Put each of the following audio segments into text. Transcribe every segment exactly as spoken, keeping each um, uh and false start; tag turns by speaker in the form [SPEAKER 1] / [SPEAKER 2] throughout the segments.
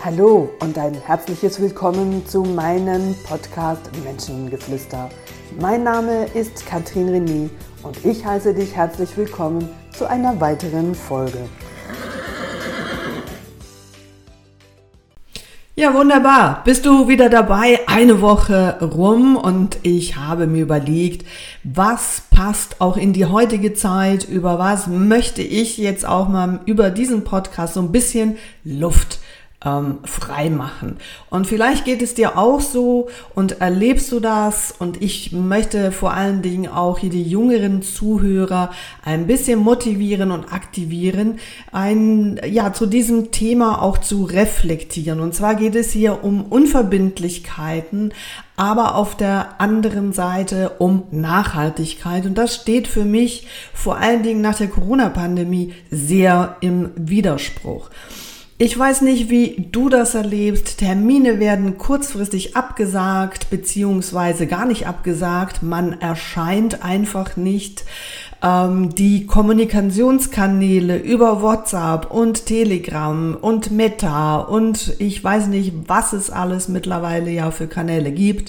[SPEAKER 1] Hallo und ein herzliches Willkommen zu meinem Podcast Menschengeflüster. Mein Name ist Katrin René und ich heiße dich herzlich willkommen zu einer weiteren Folge. Ja, wunderbar. Bist du wieder dabei? Eine Woche rum und ich habe mir überlegt, was passt auch in die heutige Zeit, über was möchte ich jetzt auch mal über diesen Podcast so ein bisschen Luft ähm, frei machen. Und vielleicht geht es dir auch so und erlebst du das, und ich möchte vor allen Dingen auch hier die jüngeren Zuhörer ein bisschen motivieren und aktivieren, ein, ja, zu diesem Thema auch zu reflektieren. Und zwar geht es hier um Unverbindlichkeiten, aber auf der anderen Seite um Nachhaltigkeit. Und das steht für mich vor allen Dingen nach der Corona-Pandemie sehr im Widerspruch. Ich weiß nicht, wie du das erlebst. Termine werden kurzfristig abgesagt, beziehungsweise gar nicht abgesagt. Man erscheint einfach nicht. Ähm, die Kommunikationskanäle über WhatsApp und Telegram und Meta und ich weiß nicht, was es alles mittlerweile ja für Kanäle gibt,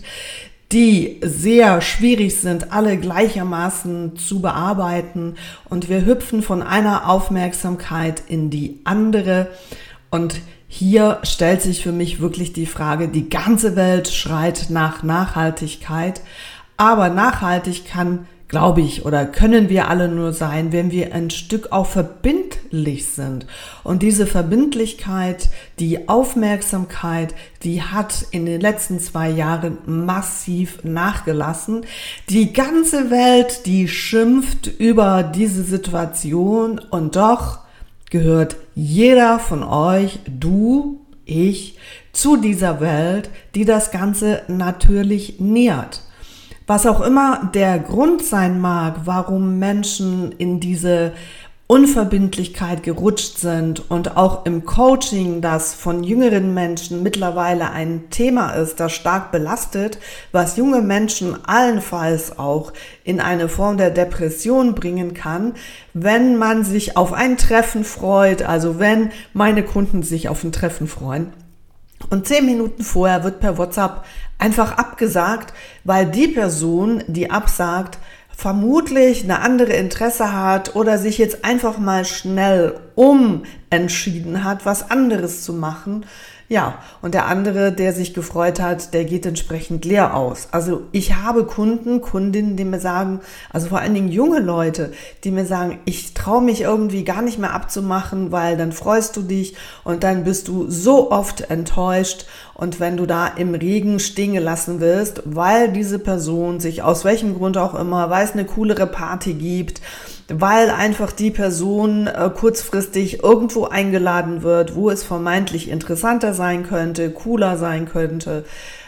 [SPEAKER 1] die sehr schwierig sind, alle gleichermaßen zu bearbeiten. Und wir hüpfen von einer Aufmerksamkeit in die andere. Und hier stellt sich für mich wirklich die Frage, die ganze Welt schreit nach Nachhaltigkeit, aber nachhaltig kann, glaube ich, oder können wir alle nur sein, wenn wir ein Stück auch verbindlich sind. Und diese Verbindlichkeit, die Aufmerksamkeit, die hat in den letzten zwei Jahren massiv nachgelassen. Die ganze Welt, die schimpft über diese Situation, und doch gehört jeder von euch, du, ich, zu dieser Welt, die das Ganze natürlich nährt. Was auch immer der Grund sein mag, warum Menschen in diese Unverbindlichkeit gerutscht sind, und auch im Coaching, das von jüngeren Menschen mittlerweile ein Thema ist, das stark belastet, was junge Menschen allenfalls auch in eine Form der Depression bringen kann, wenn man sich auf ein Treffen freut, also wenn meine Kunden sich auf ein Treffen freuen. Und zehn Minuten vorher wird per WhatsApp einfach abgesagt, weil die Person, die absagt, vermutlich eine andere Interesse hat oder sich jetzt einfach mal schnell umentschieden hat, was anderes zu machen. Ja, und der andere, der sich gefreut hat, der geht entsprechend leer aus. Also ich habe Kunden, Kundinnen, die mir sagen, also vor allen Dingen junge Leute, die mir sagen, ich traue mich irgendwie gar nicht mehr abzumachen, weil dann freust du dich und dann bist du so oft enttäuscht. Und wenn du da im Regen stehen gelassen wirst, weil diese Person sich aus welchem Grund auch immer, weil es eine coolere Party gibt, weil einfach die Person äh, kurzfristig irgendwo eingeladen wird, wo es vermeintlich interessanter sein könnte, cooler sein könnte,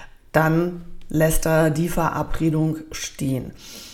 [SPEAKER 1] dann lässt er die Verabredung stehen.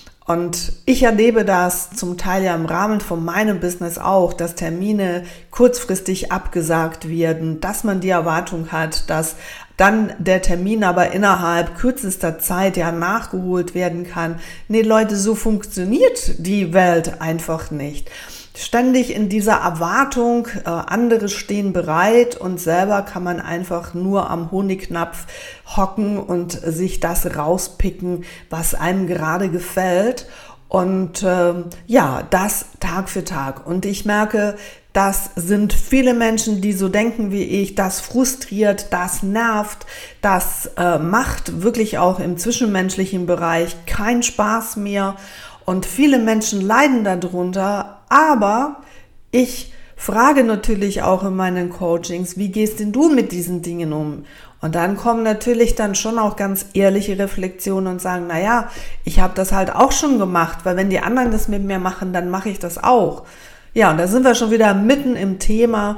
[SPEAKER 1] Und ich erlebe das zum Teil ja im Rahmen von meinem Business auch, dass Termine kurzfristig abgesagt werden, dass man die Erwartung hat, dass dann der Termin aber innerhalb kürzester Zeit ja nachgeholt werden kann. Nee, Leute, so funktioniert die Welt einfach nicht. Ständig in dieser Erwartung, äh, andere stehen bereit, und selber kann man einfach nur am Honignapf hocken und sich das rauspicken, was einem gerade gefällt. Und äh, ja, das Tag für Tag. Und ich merke, das sind viele Menschen, die so denken wie ich. Das frustriert, das nervt, das äh, macht wirklich auch im zwischenmenschlichen Bereich keinen Spaß mehr. Und viele Menschen leiden darunter, aber ich frage natürlich auch in meinen Coachings, wie gehst denn du mit diesen Dingen um? Und dann kommen natürlich dann schon auch ganz ehrliche Reflexionen und sagen, naja, ich habe das halt auch schon gemacht, weil wenn die anderen das mit mir machen, dann mache ich das auch. Ja, und da sind wir schon wieder mitten im Thema.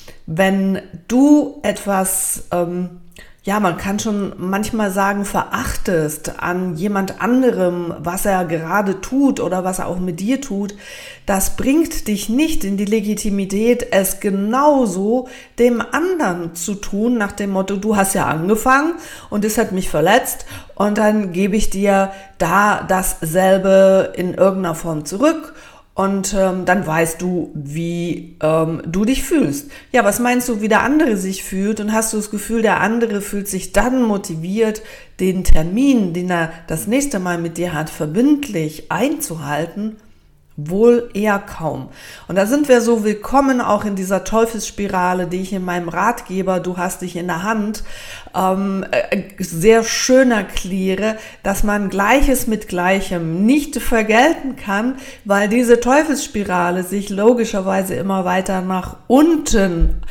[SPEAKER 1] Wenn du etwas, ähm, ja, man kann schon manchmal sagen, verachtest an jemand anderem, was er gerade tut oder was er auch mit dir tut, das bringt dich nicht in die Legitimität, es genauso dem anderen zu tun, nach dem Motto, du hast ja angefangen und es hat mich verletzt und dann gebe ich dir da dasselbe in irgendeiner Form zurück. Und ähm, dann weißt du, wie ähm, du dich fühlst. Ja, was meinst du, wie der andere sich fühlt? Und hast du das Gefühl, der andere fühlt sich dann motiviert, den Termin, den er das nächste Mal mit dir hat, verbindlich einzuhalten? Wohl eher kaum. Und da sind wir so willkommen auch in dieser Teufelsspirale, die ich in meinem Ratgeber "Du hast dich in der Hand" ähm, sehr schön erkläre, dass man Gleiches mit Gleichem nicht vergelten kann, weil diese Teufelsspirale sich logischerweise immer weiter nach unten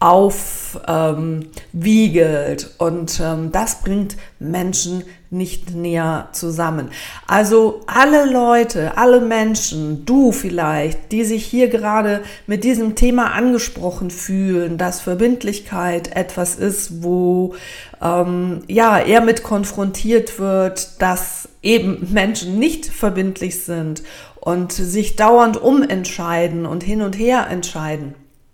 [SPEAKER 1] aufwiegelt ähm, und ähm, das bringt Menschen nicht näher zusammen. Also alle Leute, alle Menschen, du vielleicht, die sich hier gerade mit diesem Thema angesprochen fühlen, dass Verbindlichkeit etwas ist, wo ähm, ja eher mit konfrontiert wird, dass eben Menschen nicht verbindlich sind und sich dauernd umentscheiden und hin und her entscheiden.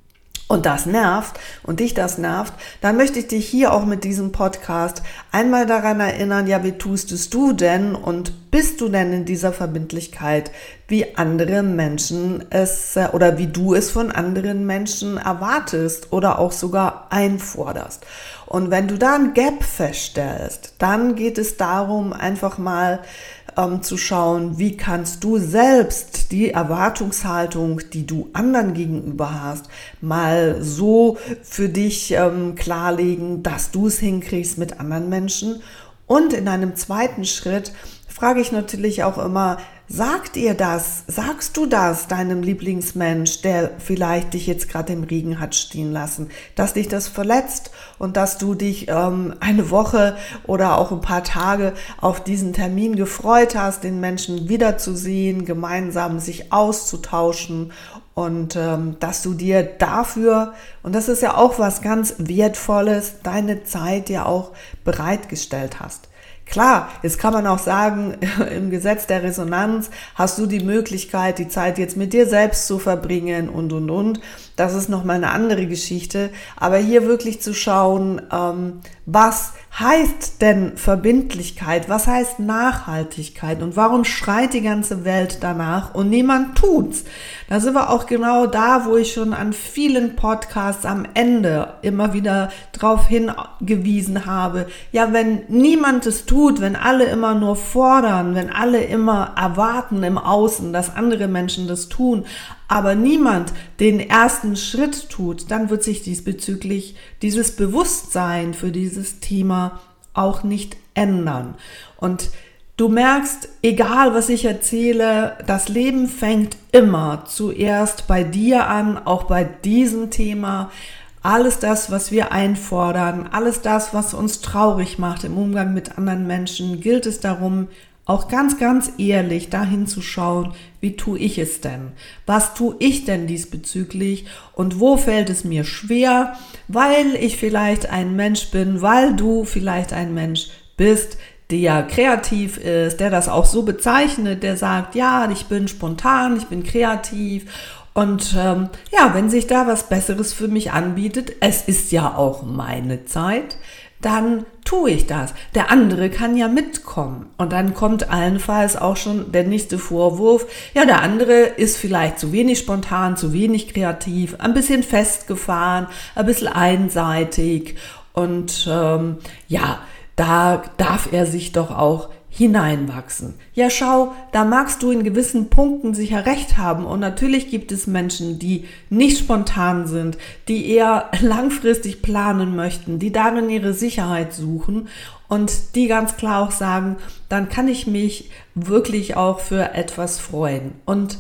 [SPEAKER 1] Und das nervt und dich das nervt, dann möchte ich dich hier auch mit diesem Podcast einmal daran erinnern, ja, wie tust es du denn und bist du denn in dieser Verbindlichkeit, wie andere Menschen es oder wie du es von anderen Menschen erwartest oder auch sogar einforderst. Und wenn du da ein Gap feststellst, dann geht es darum, einfach mal ähm, zu schauen, wie kannst du selbst die Erwartungshaltung, die du anderen gegenüber hast, mal so für dich ähm, klarlegen, dass du es hinkriegst mit anderen Menschen. Und in einem zweiten Schritt frage ich natürlich auch immer, sagt ihr das, sagst du das deinem Lieblingsmensch, der vielleicht dich jetzt gerade im Regen hat stehen lassen, dass dich das verletzt und dass du dich ähm, eine Woche oder auch ein paar Tage auf diesen Termin gefreut hast, den Menschen wiederzusehen, gemeinsam sich auszutauschen und ähm, dass du dir dafür, und das ist ja auch was ganz Wertvolles, deine Zeit ja auch bereitgestellt hast. Klar, jetzt kann man auch sagen, im Gesetz der Resonanz hast du die Möglichkeit, die Zeit jetzt mit dir selbst zu verbringen und, und, und. Das ist nochmal eine andere Geschichte. Aber hier wirklich zu schauen, ähm, was heißt denn Verbindlichkeit? Was heißt Nachhaltigkeit? Und warum schreit die ganze Welt danach und niemand tut's? Da sind wir auch genau da, wo ich schon an vielen Podcasts am Ende immer wieder drauf hingewiesen habe. Ja, wenn niemand es tut, wenn alle immer nur fordern, wenn alle immer erwarten im Außen, dass andere Menschen das tun, aber niemand den ersten Schritt tut, dann wird sich diesbezüglich dieses Bewusstsein für dieses Thema auch nicht ändern. Und du merkst, egal was ich erzähle, das Leben fängt immer zuerst bei dir an, auch bei diesem Thema. Alles das, was wir einfordern, alles das, was uns traurig macht im Umgang mit anderen Menschen, gilt es darum, auch ganz, ganz ehrlich dahin zu schauen, wie tue ich es denn? Was tue ich denn diesbezüglich? Und wo fällt es mir schwer? Weil ich vielleicht ein Mensch bin, weil du vielleicht ein Mensch bist, der kreativ ist, der das auch so bezeichnet, der sagt, ja, ich bin spontan, ich bin kreativ. Und ähm, ja, wenn sich da was Besseres für mich anbietet, es ist ja auch meine Zeit, dann tue ich das. Der andere kann ja mitkommen. Und dann kommt allenfalls auch schon der nächste Vorwurf. Ja, der andere ist vielleicht zu wenig spontan, zu wenig kreativ, ein bisschen festgefahren, ein bisschen einseitig. Und ähm, ja, da darf er sich doch auch hineinwachsen. Ja, schau, da magst du in gewissen Punkten sicher recht haben und natürlich gibt es Menschen, die nicht spontan sind, die eher langfristig planen möchten, die darin ihre Sicherheit suchen und die ganz klar auch sagen, dann kann ich mich wirklich auch für etwas freuen. Und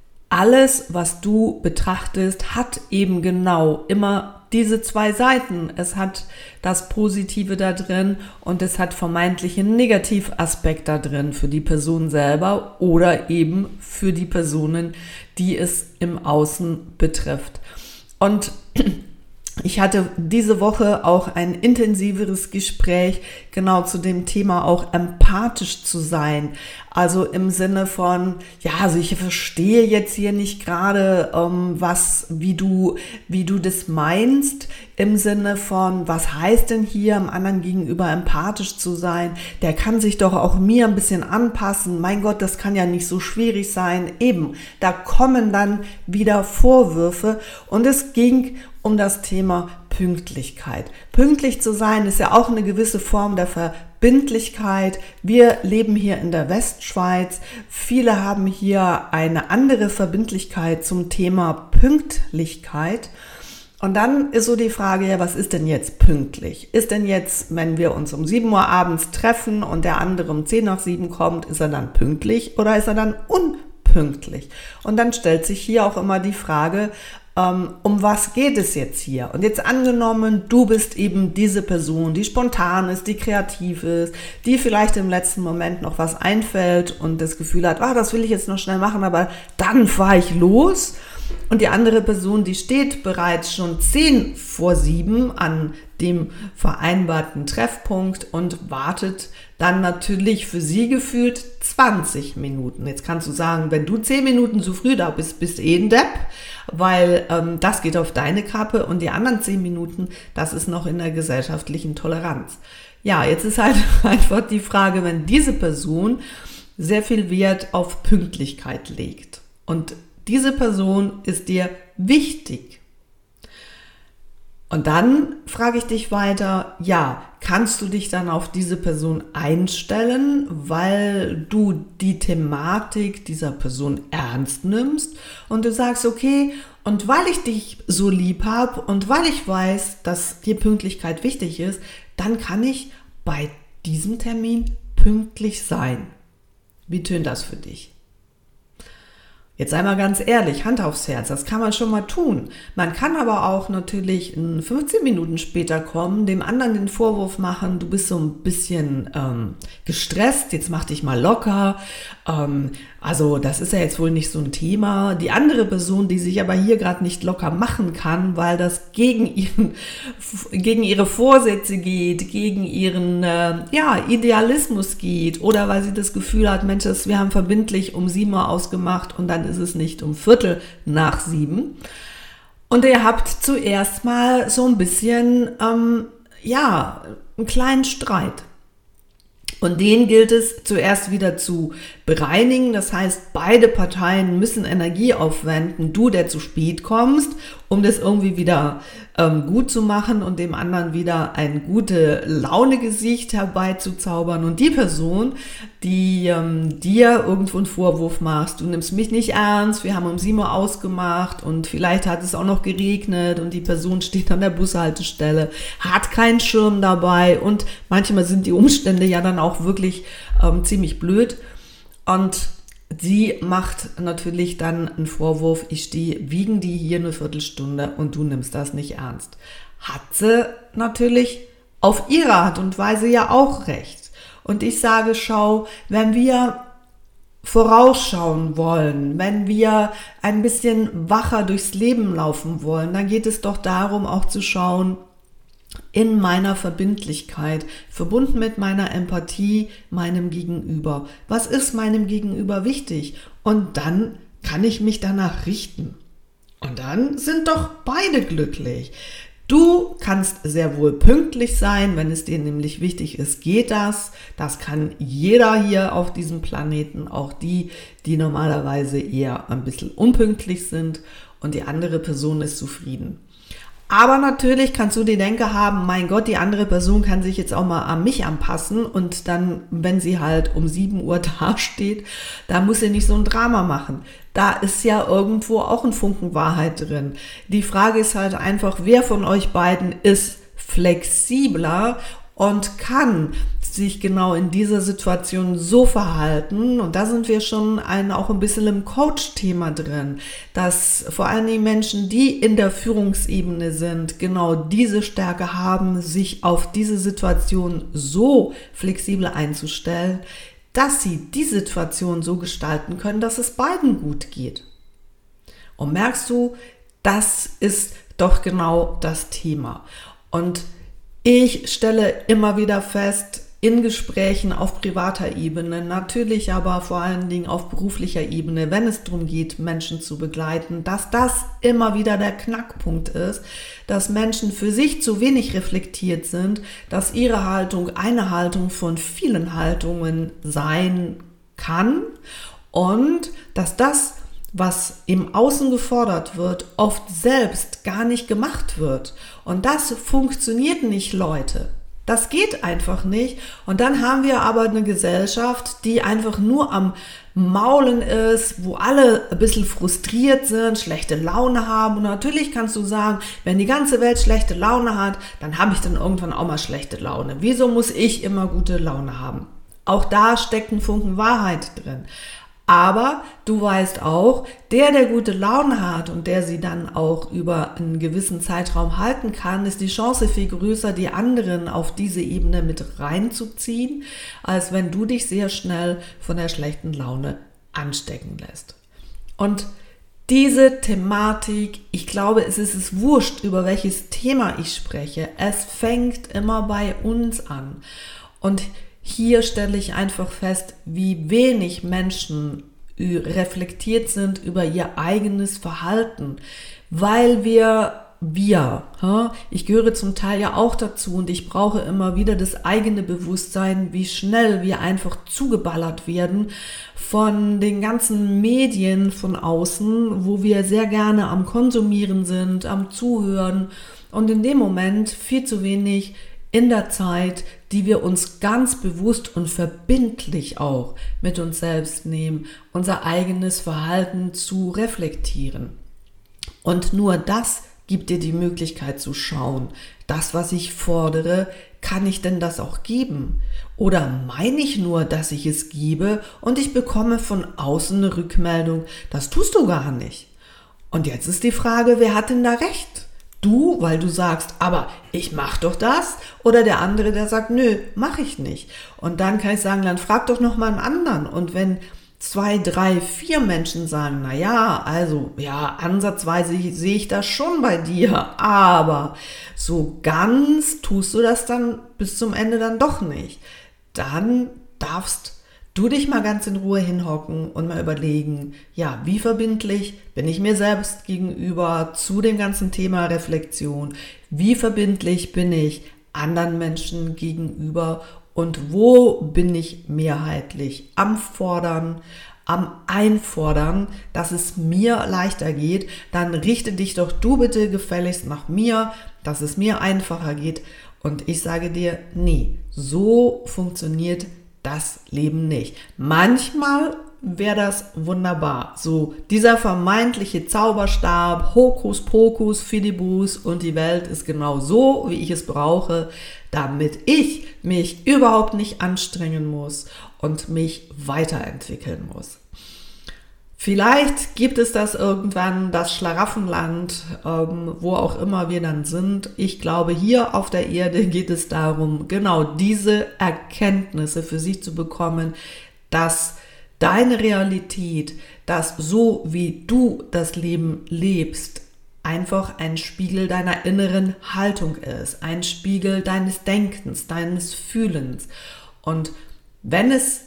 [SPEAKER 1] alles, was du betrachtest, hat eben genau immer diese zwei Seiten. Es hat das Positive da drin und es hat vermeintlichen Negativaspekt da drin für die Person selber oder eben für die Personen, die es im Außen betrifft. Und Ich hatte diese Woche auch ein intensiveres Gespräch genau zu dem Thema, auch empathisch zu sein. Also im Sinne von, ja, also ich verstehe jetzt hier nicht gerade, ähm, was, wie du, wie du das meinst, im Sinne von, was heißt denn hier am anderen gegenüber empathisch zu sein? Der kann sich doch auch mir ein bisschen anpassen. Mein Gott, das kann ja nicht so schwierig sein. Eben, da kommen dann wieder Vorwürfe und es ging um das Thema Pünktlichkeit. Pünktlich zu sein ist ja auch eine gewisse Form der Verbindlichkeit. Wir leben hier in der Westschweiz. Viele haben hier eine andere Verbindlichkeit zum Thema Pünktlichkeit. Und dann ist so die Frage, ja, was ist denn jetzt pünktlich? Ist denn jetzt, wenn wir uns um sieben Uhr abends treffen und der andere um zehn nach sieben kommt, ist er dann pünktlich oder ist er dann unpünktlich? Und dann stellt sich hier auch immer die Frage, um was geht es jetzt hier? Und jetzt angenommen, du bist eben diese Person, die spontan ist, die kreativ ist, die vielleicht im letzten Moment noch was einfällt und das Gefühl hat, ah, das will ich jetzt noch schnell machen, aber dann fahre ich los. Und die andere Person, die steht bereits schon zehn vor sieben an dem vereinbarten Treffpunkt und wartet dann natürlich für sie gefühlt zwanzig Minuten. Jetzt kannst du sagen, wenn du zehn Minuten zu früh da bist, bist du eh ein Depp, weil ähm, das geht auf deine Kappe und die anderen zehn Minuten, das ist noch in der gesellschaftlichen Toleranz. Ja, jetzt ist halt einfach die Frage, wenn diese Person sehr viel Wert auf Pünktlichkeit legt und diese Person ist dir wichtig. Und dann frage ich dich weiter, ja, kannst du dich dann auf diese Person einstellen, weil du die Thematik dieser Person ernst nimmst und du sagst, okay, und weil ich dich so lieb habe und weil ich weiß, dass dir Pünktlichkeit wichtig ist, dann kann ich bei diesem Termin pünktlich sein. Wie tönt das für dich? Jetzt einmal ganz ehrlich, Hand aufs Herz, das kann man schon mal tun. Man kann aber auch natürlich fünfzehn Minuten später kommen, dem anderen den Vorwurf machen, du bist so ein bisschen ähm, gestresst, jetzt mach dich mal locker. Ähm, also das ist ja jetzt wohl nicht so ein Thema. Die andere Person, die sich aber hier gerade nicht locker machen kann, weil das gegen ihren, gegen ihre Vorsätze geht, gegen ihren äh, ja, Idealismus geht oder weil sie das Gefühl hat, Mensch, das, wir haben verbindlich um sieben Uhr ausgemacht und dann ist es nicht um Viertel nach sieben. Und ihr habt zuerst mal so ein bisschen, ähm, ja, einen kleinen Streit. Und den gilt es zuerst wieder zu bereinigen. Das heißt, beide Parteien müssen Energie aufwenden. Du, der zu spät kommst, um das irgendwie wieder ähm, gut zu machen und dem anderen wieder ein gute Laune-Gesicht herbeizuzaubern. Und die Person, die ähm, dir irgendwo einen Vorwurf machst, du nimmst mich nicht ernst, wir haben um sieben Uhr ausgemacht und vielleicht hat es auch noch geregnet und die Person steht an der Bushaltestelle, hat keinen Schirm dabei und manchmal sind die Umstände ja dann auch wirklich ähm, ziemlich blöd. Und sie macht natürlich dann einen Vorwurf, ich stehe wiegen die hier eine Viertelstunde und du nimmst das nicht ernst. Hat sie natürlich auf ihre Art und Weise ja auch recht. Und ich sage, schau, wenn wir vorausschauen wollen, wenn wir ein bisschen wacher durchs Leben laufen wollen, dann geht es doch darum, auch zu schauen, in meiner Verbindlichkeit, verbunden mit meiner Empathie, meinem Gegenüber. Was ist meinem Gegenüber wichtig? Und dann kann ich mich danach richten. Und dann sind doch beide glücklich. Du kannst sehr wohl pünktlich sein, wenn es dir nämlich wichtig ist, geht das. Das kann jeder hier auf diesem Planeten, auch die, die normalerweise eher ein bisschen unpünktlich sind und die andere Person ist zufrieden. Aber natürlich kannst du die Denke haben, mein Gott, die andere Person kann sich jetzt auch mal an mich anpassen und dann, wenn sie halt um sieben Uhr da steht, da muss sie nicht so ein Drama machen. Da ist ja irgendwo auch ein Funken Wahrheit drin. Die Frage ist halt einfach, wer von euch beiden ist flexibler und kann sich genau in dieser Situation so verhalten, und da sind wir schon ein, auch ein bisschen im Coach-Thema drin, dass vor allem die Menschen, die in der Führungsebene sind, genau diese Stärke haben, sich auf diese Situation so flexibel einzustellen, dass sie die Situation so gestalten können, dass es beiden gut geht. Und merkst du, das ist doch genau das Thema. Und ich stelle immer wieder fest, in Gesprächen auf privater Ebene, natürlich aber vor allen Dingen auf beruflicher Ebene, wenn es darum geht, Menschen zu begleiten, dass das immer wieder der Knackpunkt ist, dass Menschen für sich zu wenig reflektiert sind, dass ihre Haltung eine Haltung von vielen Haltungen sein kann und dass das, was im Außen gefordert wird, oft selbst gar nicht gemacht wird. Und das funktioniert nicht, Leute. Das geht einfach nicht. Und dann haben wir aber eine Gesellschaft, die einfach nur am Maulen ist, wo alle ein bisschen frustriert sind, schlechte Laune haben. Und natürlich kannst du sagen, wenn die ganze Welt schlechte Laune hat, dann habe ich dann irgendwann auch mal schlechte Laune. Wieso muss ich immer gute Laune haben? Auch da steckt ein Funken Wahrheit drin. Aber du weißt auch, der, der gute Laune hat und der sie dann auch über einen gewissen Zeitraum halten kann, ist die Chance viel größer, die anderen auf diese Ebene mit reinzuziehen, als wenn du dich sehr schnell von der schlechten Laune anstecken lässt. Und diese Thematik, ich glaube, es ist es wurscht, über welches Thema ich spreche. Es fängt immer bei uns an. Und hier stelle ich einfach fest, wie wenig Menschen reflektiert sind über ihr eigenes Verhalten, weil wir, wir, ich gehöre zum Teil ja auch dazu und ich brauche immer wieder das eigene Bewusstsein, wie schnell wir einfach zugeballert werden von den ganzen Medien von außen, wo wir sehr gerne am Konsumieren sind, am Zuhören und in dem Moment viel zu wenig in der Zeit, die wir uns ganz bewusst und verbindlich auch mit uns selbst nehmen, unser eigenes Verhalten zu reflektieren. Und nur das gibt dir die Möglichkeit zu schauen, das, was ich fordere, kann ich denn das auch geben? Oder meine ich nur, dass ich es gebe und ich bekomme von außen eine Rückmeldung, das tust du gar nicht. Und jetzt ist die Frage, wer hat denn da recht? Du, weil du sagst, aber ich mach doch das, oder der andere, der sagt, nö, mach ich nicht. Und dann kann ich sagen, dann frag doch noch mal einen anderen. Und wenn zwei, drei, vier Menschen sagen, na ja, also ja, ansatzweise sehe ich das schon bei dir, aber so ganz tust du das dann bis zum Ende dann doch nicht. Dann darfst du dich mal ganz in Ruhe hinhocken und mal überlegen, ja, wie verbindlich bin ich mir selbst gegenüber zu dem ganzen Thema Reflexion? Wie verbindlich bin ich anderen Menschen gegenüber? Und wo bin ich mehrheitlich am Fordern, am Einfordern, dass es mir leichter geht? Dann richte dich doch du bitte gefälligst nach mir, dass es mir einfacher geht. Und ich sage dir, nee, so funktioniert das Leben nicht. Manchmal wäre das wunderbar. So dieser vermeintliche Zauberstab, Hokus Pokus, Fidibus und die Welt ist genau so, wie ich es brauche, damit ich mich überhaupt nicht anstrengen muss und mich weiterentwickeln muss. Vielleicht gibt es das irgendwann, das Schlaraffenland, ähm, wo auch immer wir dann sind. Ich glaube, hier auf der Erde geht es darum, genau diese Erkenntnisse für sich zu bekommen, dass deine Realität, dass so wie du das Leben lebst, einfach ein Spiegel deiner inneren Haltung ist, ein Spiegel deines Denkens, deines Fühlens. Und wenn es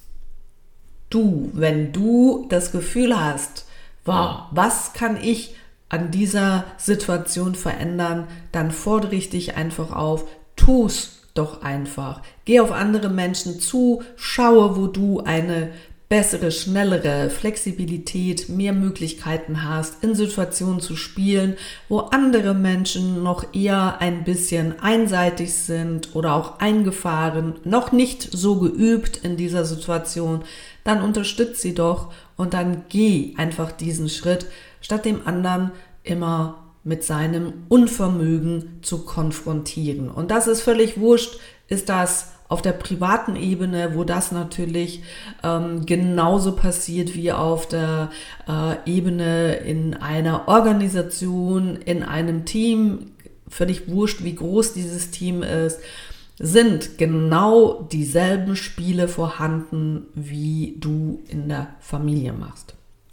[SPEAKER 1] Du, wenn du das Gefühl hast, wow, was kann ich an dieser Situation verändern, dann fordere ich dich einfach auf, tu's doch einfach. Geh auf andere Menschen zu, schaue, wo du eine bessere, schnellere Flexibilität, mehr Möglichkeiten hast, in Situationen zu spielen, wo andere Menschen noch eher ein bisschen einseitig sind oder auch eingefahren, noch nicht so geübt in dieser Situation, dann unterstütz sie doch und dann geh einfach diesen Schritt, statt dem anderen immer mit seinem Unvermögen zu konfrontieren. Und das ist völlig wurscht, ist das auf der privaten Ebene, wo das natürlich ähm, genauso passiert wie auf der äh, Ebene in einer Organisation, in einem Team, völlig wurscht, wie groß dieses Team ist, sind genau dieselben Spiele vorhanden, wie du in der Familie machst.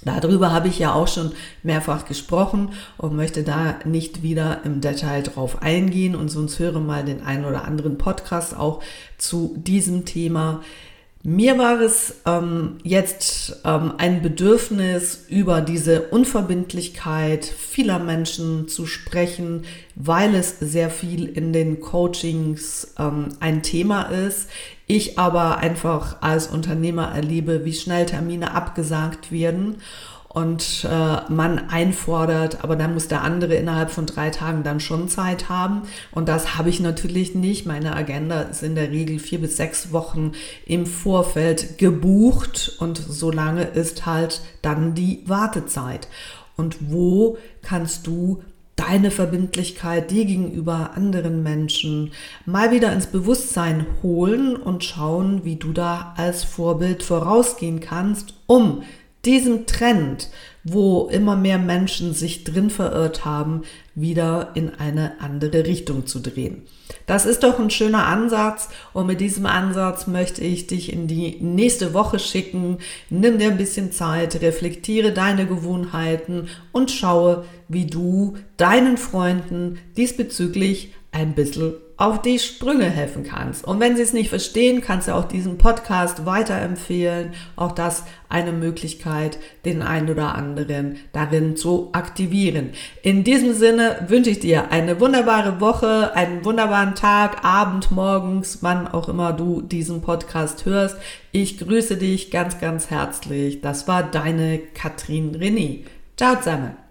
[SPEAKER 1] Darüber habe ich ja auch schon mehrfach gesprochen und möchte da nicht wieder im Detail drauf eingehen, und sonst höre mal den einen oder anderen Podcast auch zu diesem Thema. Mir war es ähm, jetzt ähm, ein Bedürfnis, über diese Unverbindlichkeit vieler Menschen zu sprechen, weil es sehr viel in den Coachings ähm, ein Thema ist. Ich aber einfach als Unternehmer erlebe, wie schnell Termine abgesagt werden und äh, man einfordert, aber dann muss der andere innerhalb von drei Tagen dann schon Zeit haben, und das habe ich natürlich nicht. Meine Agenda ist in der Regel vier bis sechs Wochen im Vorfeld gebucht, und so lange ist halt dann die Wartezeit. Und wo kannst du deine Verbindlichkeit dir gegenüber anderen Menschen mal wieder ins Bewusstsein holen und schauen, wie du da als Vorbild vorausgehen kannst, um diesem Trend, wo immer mehr Menschen sich drin verirrt haben, wieder in eine andere Richtung zu drehen. Das ist doch ein schöner Ansatz, und mit diesem Ansatz möchte ich dich in die nächste Woche schicken. Nimm dir ein bisschen Zeit, reflektiere deine Gewohnheiten und schaue, wie du deinen Freunden diesbezüglich ein bisschen auf die Sprünge helfen kannst. Und wenn sie es nicht verstehen, kannst du auch diesen Podcast weiterempfehlen. Auch das eine Möglichkeit, den einen oder anderen darin zu aktivieren. In diesem Sinne wünsche ich dir eine wunderbare Woche, einen wunderbaren Tag, Abend, morgens, wann auch immer du diesen Podcast hörst. Ich grüße dich ganz, ganz herzlich. Das war deine Katrin René. Ciao zusammen.